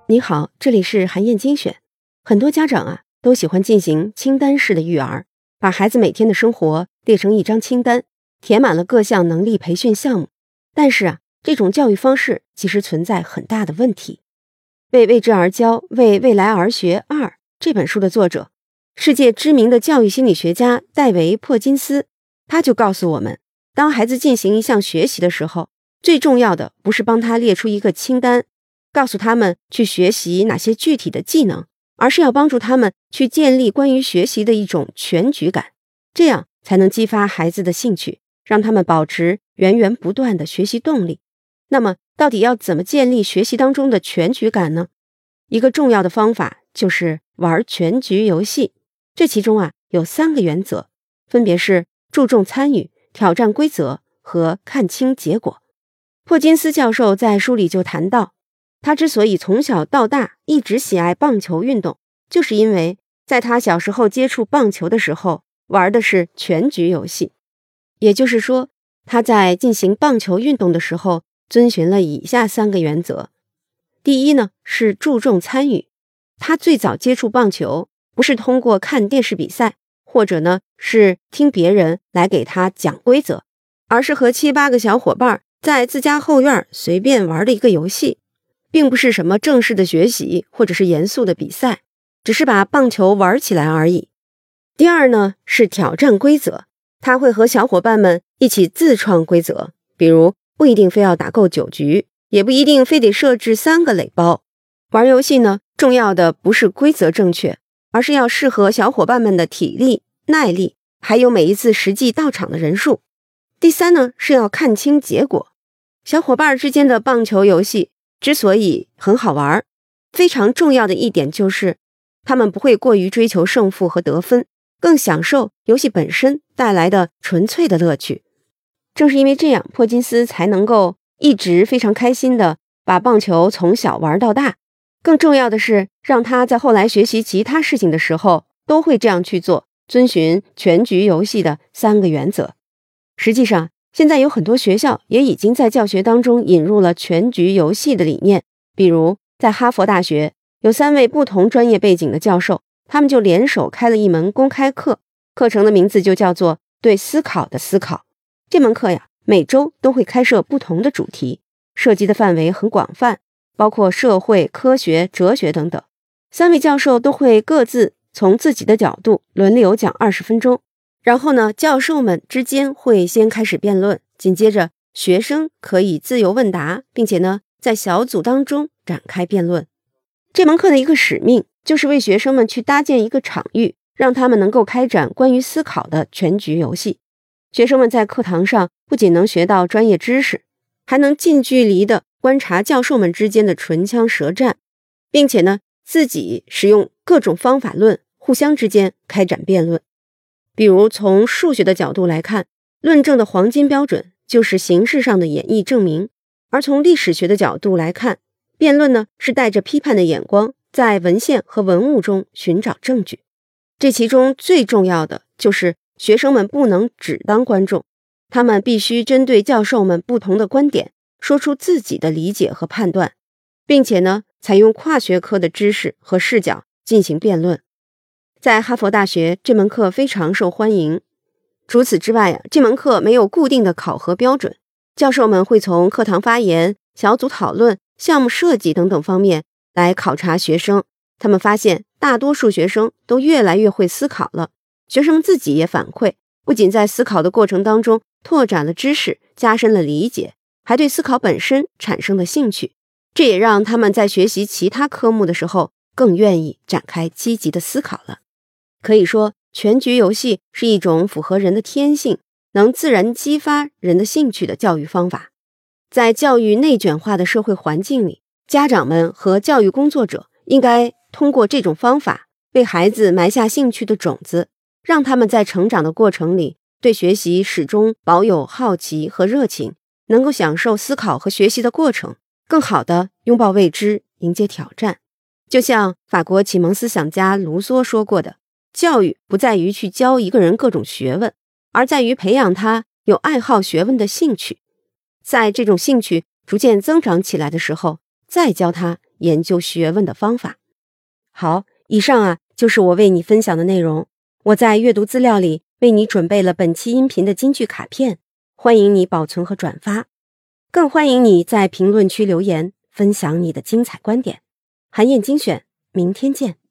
你好，这里是韩燕精选。很多家长都喜欢进行清单式的育儿，把孩子每天的生活列成一张清单，填满了各项能力培训项目。但是这种教育方式其实存在很大的问题。为未知而教，为未来而学2这本书的作者，世界知名的教育心理学家戴维·珀金斯，他就告诉我们，当孩子进行一项学习的时候，最重要的不是帮他列出一个清单，告诉他们去学习哪些具体的技能，而是要帮助他们去建立关于学习的一种全局感，这样才能激发孩子的兴趣，让他们保持源源不断的学习动力。那么到底要怎么建立学习当中的全局感呢？一个重要的方法就是玩全局游戏。这其中有3个原则，分别是注重参与、挑战规则和看清结果。珀金斯教授在书里就谈到，他之所以从小到大一直喜爱棒球运动，就是因为在他小时候接触棒球的时候，玩的是全局游戏。也就是说，他在进行棒球运动的时候，遵循了以下3个原则。第一呢，是注重参与。他最早接触棒球，不是通过看电视比赛，或者呢是听别人来给他讲规则，而是和7、8个小伙伴在自家后院随便玩的一个游戏，并不是什么正式的学习或者是严肃的比赛，只是把棒球玩起来而已。第二呢，是挑战规则。他会和小伙伴们一起自创规则，比如不一定非要打够9局，也不一定非得设置3个垒包。玩游戏呢，重要的不是规则正确，而是要适合小伙伴们的体力、耐力，还有每一次实际到场的人数。第三呢，是要看清结果。小伙伴之间的棒球游戏之所以很好玩，非常重要的一点就是他们不会过于追求胜负和得分，更享受游戏本身带来的纯粹的乐趣。正是因为这样，珀金斯才能够一直非常开心的把棒球从小玩到大。更重要的是，让他在后来学习其他事情的时候都会这样去做，遵循全局游戏的3个原则。实际上，现在有很多学校也已经在教学当中引入了全局游戏的理念。比如在哈佛大学，有3位不同专业背景的教授，他们就联手开了一门公开课，课程的名字就叫做对思考的思考。这门课每周都会开设不同的主题，涉及的范围很广泛，包括社会、科学、哲学等等。3位教授都会各自从自己的角度轮流讲20分钟，然后呢，教授们之间会先开始辩论，紧接着学生可以自由问答，并且呢，在小组当中展开辩论。这门课的一个使命就是为学生们去搭建一个场域，让他们能够开展关于思考的全局游戏。学生们在课堂上不仅能学到专业知识，还能近距离的观察教授们之间的唇枪舌战，并且呢，自己使用各种方法论，互相之间开展辩论。比如从数学的角度来看，论证的黄金标准就是形式上的演绎证明；而从历史学的角度来看，辩论呢是带着批判的眼光，在文献和文物中寻找证据。这其中最重要的就是学生们不能只当观众，他们必须针对教授们不同的观点，说出自己的理解和判断，并且呢，采用跨学科的知识和视角进行辩论。在哈佛大学，这门课非常受欢迎。除此之外这门课没有固定的考核标准，教授们会从课堂发言、小组讨论、项目设计等等方面来考察学生。他们发现大多数学生都越来越会思考了，学生们自己也反馈，不仅在思考的过程当中拓展了知识，加深了理解，还对思考本身产生了兴趣。这也让他们在学习其他科目的时候更愿意展开积极的思考了。可以说，全局游戏是一种符合人的天性，能自然激发人的兴趣的教育方法。在教育内卷化的社会环境里，家长们和教育工作者应该通过这种方法为孩子埋下兴趣的种子，让他们在成长的过程里对学习始终保有好奇和热情，能够享受思考和学习的过程，更好地拥抱未知，迎接挑战。就像法国启蒙思想家卢梭说过的，教育不在于去教一个人各种学问，而在于培养他有爱好学问的兴趣。在这种兴趣逐渐增长起来的时候，再教他研究学问的方法。好，以上就是我为你分享的内容。我在阅读资料里为你准备了本期音频的金句卡片，欢迎你保存和转发，更欢迎你在评论区留言分享你的精彩观点。韩燕精选，明天见。